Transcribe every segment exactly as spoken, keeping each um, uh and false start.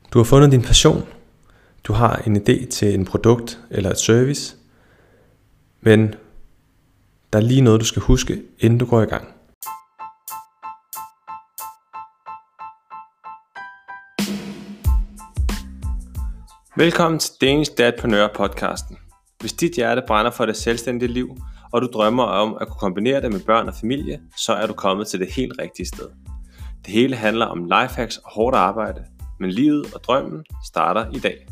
Du har fundet din passion. Du har en idé til en produkt eller et service. Men der er lige noget, du skal huske, inden du går i gang. Velkommen til Danish Dadpreneur podcasten. Hvis dit hjerte brænder for det selvstændige liv, og du drømmer om at kunne kombinere det med børn og familie, så er du kommet til det helt rigtige sted. Det hele handler om lifehacks og hårdt arbejde, men livet og drømmen starter i dag.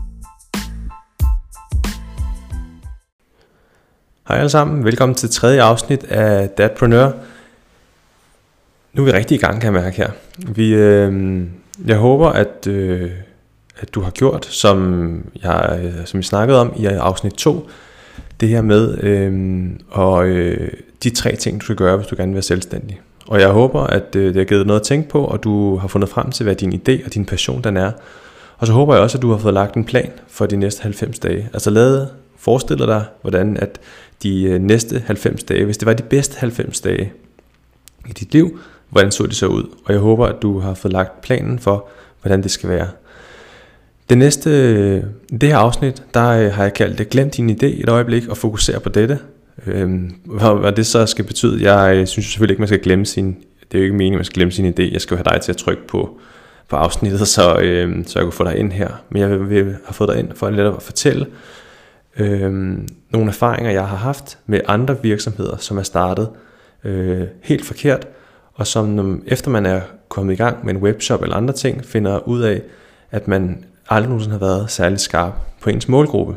Hej alle sammen, velkommen til tredje afsnit af Dadpreneur. Nu er vi rigtig i gang, kan jeg mærke her. Vi, øh, jeg håber, at, øh, at du har gjort, som jeg, som jeg snakkede om i afsnit to, det her med øh, og, øh, de tre ting, du skal gøre, hvis du gerne vil være selvstændig. Og jeg håber, at øh, det har givet noget at tænke på, og du har fundet frem til, hvad din idé og din passion den er. Og så håber jeg også, at du har fået lagt en plan for de næste halvfems dage. Altså lavet, forestil dig, hvordan at de øh, næste halvfems dage, hvis det var de bedste halvfems dage i dit liv, hvordan så det så ud. Og jeg håber, at du har fået lagt planen for, hvordan det skal være. Det næste, det her afsnit, der har jeg kaldt det, glem din idé et øjeblik og fokusere på dette. Øhm, hvad det så skal betyde, jeg synes selvfølgelig ikke, man skal glemme sin, det er jo ikke meningen, man skal glemme sin idé. Jeg skal jo have dig til at trykke på, på afsnittet, så, øhm, så jeg kunne få dig ind her. Men jeg vil, vil have fået dig ind for at, at fortælle øhm, nogle erfaringer, jeg har haft med andre virksomheder, som er startet øh, helt forkert, og som efter man er kommet i gang med en webshop eller andre ting, finder ud af, at man aldrig nogensinde har været særlig skarp på ens målgruppe.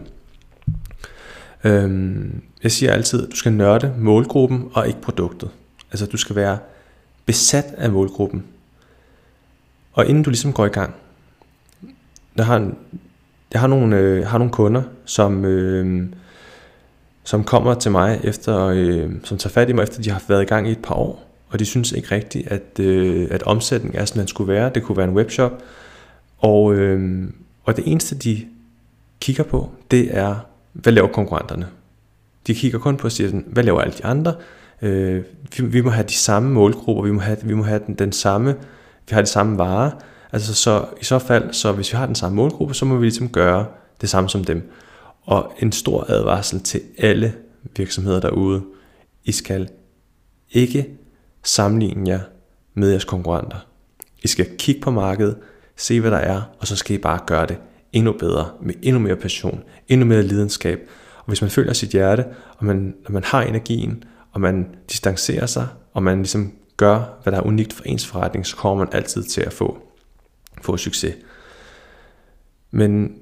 Øhm, jeg siger altid, at du skal nørde målgruppen og ikke produktet. Altså du skal være besat af målgruppen. Og inden du ligesom går i gang, jeg har, en, jeg har, nogle, øh, har nogle kunder, som, øh, som kommer til mig, efter, øh, som tager fat i mig, efter de har været i gang i et par år. Og de synes ikke rigtigt, at, øh, at omsætning er, som den skulle være. Det kunne være en webshop. Og, øh, og det eneste, de kigger på, det er, hvad laver konkurrenterne? De kigger kun på og siger, hvad laver alle de andre? Øh, vi, vi må have de samme målgrupper, vi må have, vi må have den, den samme, vi har de samme varer. Altså så i så fald, så hvis vi har den samme målgruppe, så må vi ligesom gøre det samme som dem. Og en stor advarsel til alle virksomheder derude: I skal ikke sammenligne jer med jeres konkurrenter. I skal kigge på markedet, se hvad der er, og så skal I bare gøre det endnu bedre, med endnu mere passion, endnu mere lidenskab. Og hvis man følger sit hjerte, og man, og man har energien, og man distancerer sig, og man ligesom gør, hvad der er unikt for ens forretning, så kommer man altid til at få, få succes. Men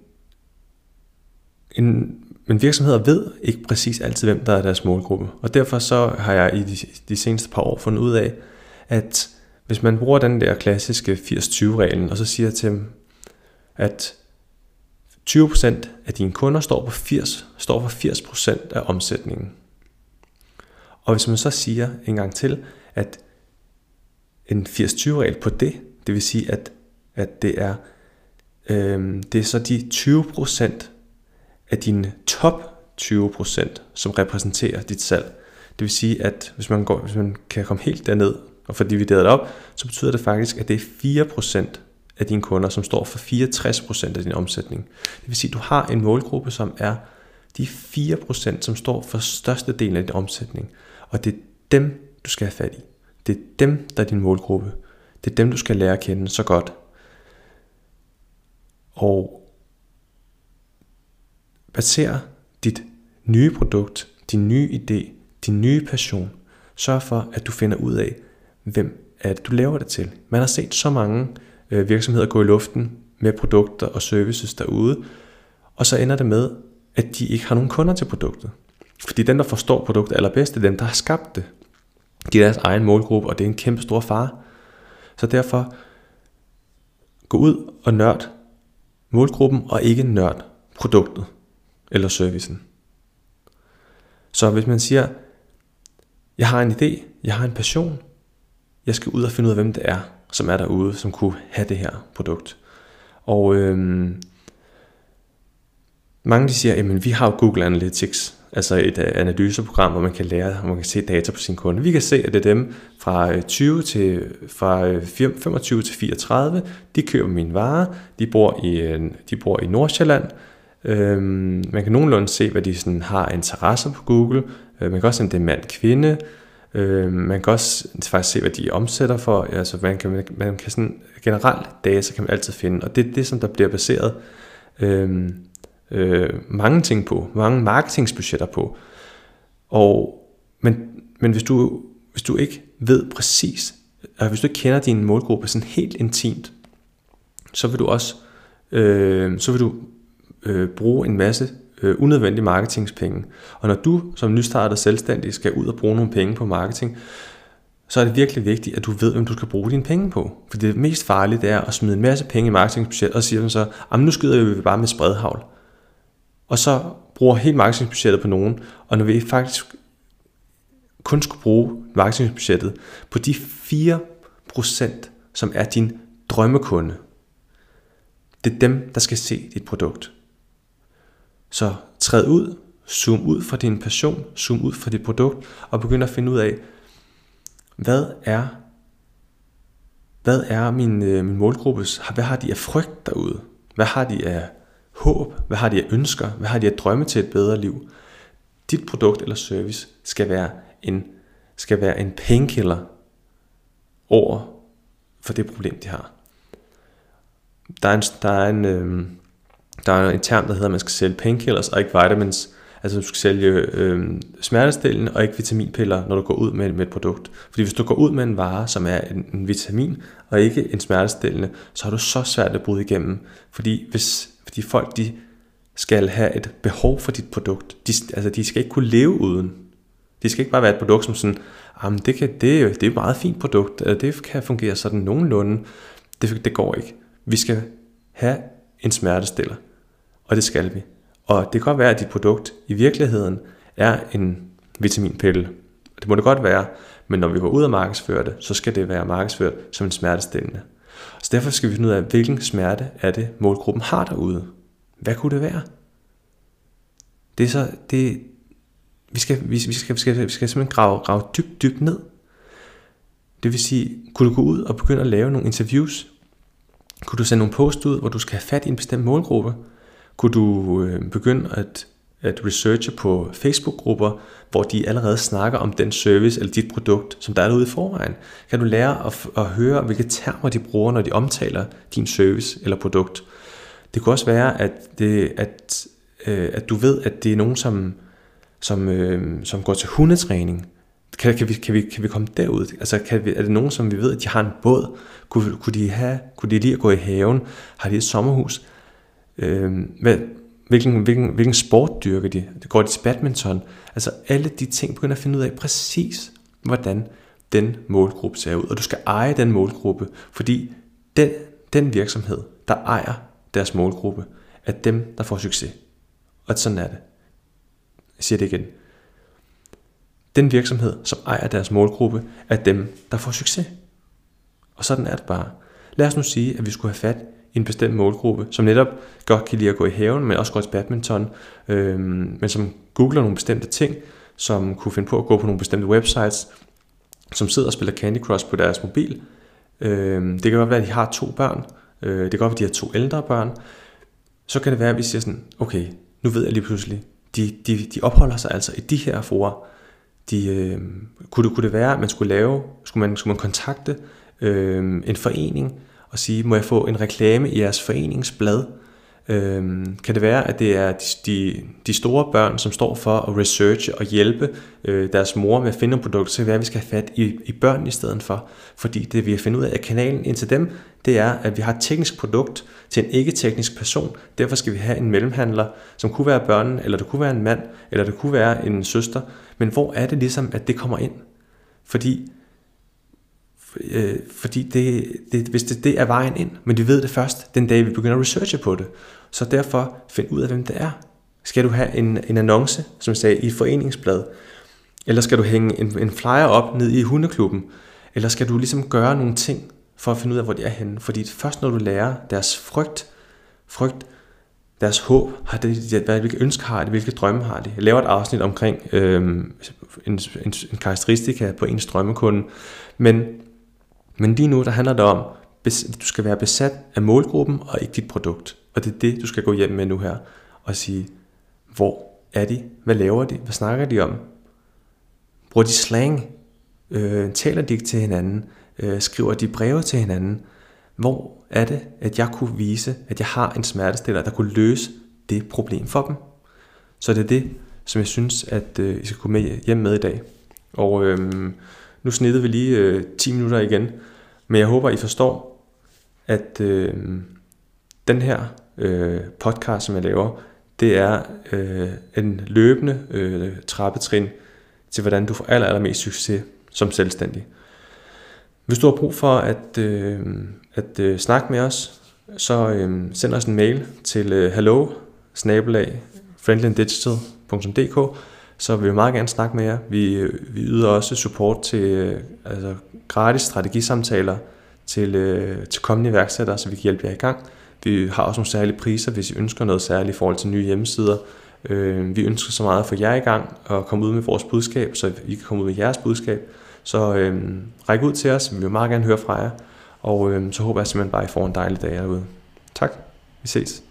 en, men virksomheder ved ikke præcis altid, hvem der er deres målgruppe. Og derfor så har jeg i de, de seneste par år fundet ud af, at hvis man bruger den der klassiske firs tyve reglen, og så siger til dem, at tyve procent af dine kunder står, på firs, står for firs procent af omsætningen. Og hvis man så siger en gang til, at en firs tyve regel på det, det vil sige, at, at det, er, øh, det er så de tyve procent af dine top tyve procent, som repræsenterer dit salg. Det vil sige, at hvis man, går, hvis man kan komme helt derned og få divideret det op, så betyder det faktisk, at det er fire procent af dine kunder, som står for fireogtres procent af din omsætning. Det vil sige, at du har en målgruppe, som er de fire procent, som står for størstedelen af din omsætning. Og det er dem, du skal have fat i. Det er dem, der er din målgruppe. Det er dem, du skal lære at kende så godt. Og baser dit nye produkt, din nye idé, din nye passion. Sørg for, at du finder ud af, hvem er det, du laver det til. Man har set så mange øh, virksomheder gå i luften med produkter og services derude, og så ender det med, at de ikke har nogen kunder til produktet. Fordi den, der forstår produktet allerbedst, er den, der har skabt det. De er deres egen målgruppe, og det er en kæmpe stor fare. Så derfor, gå ud og nørd målgruppen, og ikke nørd produktet eller servicen. Så hvis man siger, jeg har en idé, jeg har en passion, jeg skal ud og finde ud af, hvem det er, som er derude, som kunne have det her produkt. Og øhm, mange de siger, jamen vi har jo Google Analytics, altså et analyseprogram, hvor man kan lære, hvor man kan se data på sine kunder. Vi kan se, at det er dem fra tyve til fra femogtyve til fireogtredive, de køber mine varer, de bor i de bor i Nordsjælland. Øhm, man kan nogenlunde se, hvad de sådan har interesser på Google. Øh, man kan også se, om det er mand, kvinde. Øh, man kan også faktisk se, hvad de omsætter for. Altså man kan, man kan sådan generelt data kan man altid finde, og det er det, som der bliver baseret øh, øh, mange ting på, mange marketingsbudgetter på. Og men men hvis du hvis du ikke ved præcis, og hvis du ikke kender din målgruppe sådan helt intimt, så vil du også øh, så vil du øh, bruge en masse øh, unødvendige marketingspenge. Og når du som nystartet selvstændig skal ud og bruge nogle penge på marketing, så er det virkelig vigtigt, at du ved, hvem du skal bruge dine penge på. For det mest farlige, det er at smide en masse penge i marketingsbudget, og sige så, jamen nu skyder vi bare med spredhavl. Og så bruger helt marketingsbudgettet på nogen, og når vi faktisk kun skulle bruge marketingsbudgettet på de fire procent, som er din drømmekunde, det er dem, der skal se dit produkt. Så træd ud, zoom ud fra din passion, zoom ud fra dit produkt, og begynd at finde ud af, hvad er, hvad er min, øh, min målgruppes, hvad har de af frygt derude? Hvad har de af håb? Hvad har de af ønsker? Hvad har de af drømme til et bedre liv? Dit produkt eller service skal være en, skal være en painkiller over for det problem, de har. Der er en, der er en, øh, der er en term, der hedder, at man skal sælge painkillers og ikke vitamins. Altså du skal sælge øh, smertestillende og ikke vitaminpiller, når du går ud med, med et produkt. Fordi hvis du går ud med en vare, som er en, en vitamin og ikke en smertestillende, så har du så svært at bryde igennem. Fordi, hvis, fordi folk de skal have et behov for dit produkt. De, altså de skal ikke kunne leve uden. Det skal ikke bare være et produkt som sådan, jamen det, kan, det, er, det er et meget fint produkt, det kan fungere sådan nogenlunde. Det, det går ikke. Vi skal have en smertestiller, og det skal vi. Og det kan godt være, at dit produkt i virkeligheden er en vitaminpille. Det må det godt være, men når vi går ud og markedsfører det, så skal det være markedsført som en smertestillende. Så derfor skal vi finde ud af, hvilken smerte er det, målgruppen har derude. Hvad kunne det være? Det er så, det, vi, skal, vi, skal, vi, skal, vi, skal, vi skal simpelthen grave, grave dybt, dybt ned. Det vil sige, kunne du gå ud og begynde at lave nogle interviews? Kunne du sende nogle post ud, hvor du skal have fat i en bestemt målgruppe? Kunne du øh, begynde at, at researche på Facebook-grupper, hvor de allerede snakker om den service eller dit produkt, som der er derude i forvejen? Kan du lære at, at høre, hvilke termer de bruger, når de omtaler din service eller produkt? Det kunne også være, at, det, at, øh, at du ved, at det er nogen, som, som, øh, som går til hundetræning. Kan, kan, vi, kan, vi, kan vi komme derud? Altså, kan vi, er det nogen, som vi ved, at de har en båd? Kunne, kunne, de, have, kunne de lige at gå i haven? Har de et sommerhus? Øh, hvad, hvilken, hvilken, hvilken sport dyrker de? Går de til badminton? Altså alle de ting begynder at finde ud af præcis, hvordan den målgruppe ser ud. Og du skal eje den målgruppe, fordi den, den virksomhed, der ejer deres målgruppe, er dem, der får succes. Og sådan er det. Jeg siger det igen. Den virksomhed, som ejer deres målgruppe, er dem, der får succes. Og sådan er det bare. Lad os nu sige, at vi skulle have fat i en bestemt målgruppe, som netop godt kan lide at gå i haven, men også går til badminton, øh, men som googler nogle bestemte ting, som kunne finde på at gå på nogle bestemte websites, som sidder og spiller Candy Crush på deres mobil. Øh, det kan godt være, at de har to børn. Øh, det kan godt være, at de har to ældre børn. Så kan det være, at vi siger sådan, okay, nu ved jeg lige pludselig, de, de, de opholder sig altså i de her fora. De, øh, kunne, det, kunne det være, at man skulle lave, skulle man, skulle man kontakte øh, en forening, og sige, må jeg få en reklame i jeres foreningsblad? Øhm, kan det være, at det er de, de, de store børn, som står for at researche og hjælpe øh, deres mor med at finde nogle produkter, så kan det være, at vi skal have fat i, i børn i stedet for. Fordi det vi har fundet ud af, at kanalen ind til dem, det er, at vi har et teknisk produkt til en ikke-teknisk person. Derfor skal vi have en mellemhandler, som kunne være børnen, eller det kunne være en mand, eller det kunne være en søster. Men hvor er det ligesom, at det kommer ind? Fordi Øh, fordi det, det, hvis det, det er vejen ind, men de ved det først den dag vi begynder at researche på det. Så derfor find ud af hvem det er. Skal du have en, en annonce, som jeg sagde, i et foreningsblad, eller skal du hænge en, en flyer op ned i hundeklubben, eller skal du ligesom gøre nogle ting for at finde ud af hvor de er henne. Fordi først når du lærer deres frygt frygt deres håb, har det, hvilke ønsker har de, hvilke drømme har de. Jeg laver et afsnit omkring øh, en, en, en karakteristika på ens drømmekunde, men, men lige nu der handler det om, at du skal være besat af målgruppen og ikke dit produkt. Og det er det, du skal gå hjem med nu her og sige, hvor er de? Hvad laver de? Hvad snakker de om? Bruger de slang? Øh, taler de ikke til hinanden? Øh, skriver de breve til hinanden? Hvor er det, at jeg kunne vise, at jeg har en smertestiller, der kunne løse det problem for dem? Så det er det, som jeg synes, at øh, I skal gå med hjem med i dag. Og øh, nu snittede vi lige øh, ti minutter igen, men jeg håber, I forstår, at øh, den her øh, podcast, som jeg laver, det er øh, en løbende øh, trappetrin til, hvordan du får aller, allermest succes som selvstændig. Hvis du har brug for at, øh, at øh, snakke med os, så øh, send os en mail til øh, hello snabel-a franklin digital punktum d k, så vil vi meget gerne snakke med jer. Vi, øh, vi yder også support til øh, altså gratis strategisamtaler til, øh, til kommende iværksættere, så vi kan hjælpe jer i gang. Vi har også nogle særlige priser, hvis I ønsker noget særligt i forhold til nye hjemmesider. Øh, vi ønsker så meget at få jer i gang og komme ud med vores budskab, så I kan komme ud med jeres budskab. Så øh, ræk ud til os, vi vil meget gerne høre fra jer, og øh, så håber jeg simpelthen bare, at I får en dejlig dag derude. Tak, vi ses.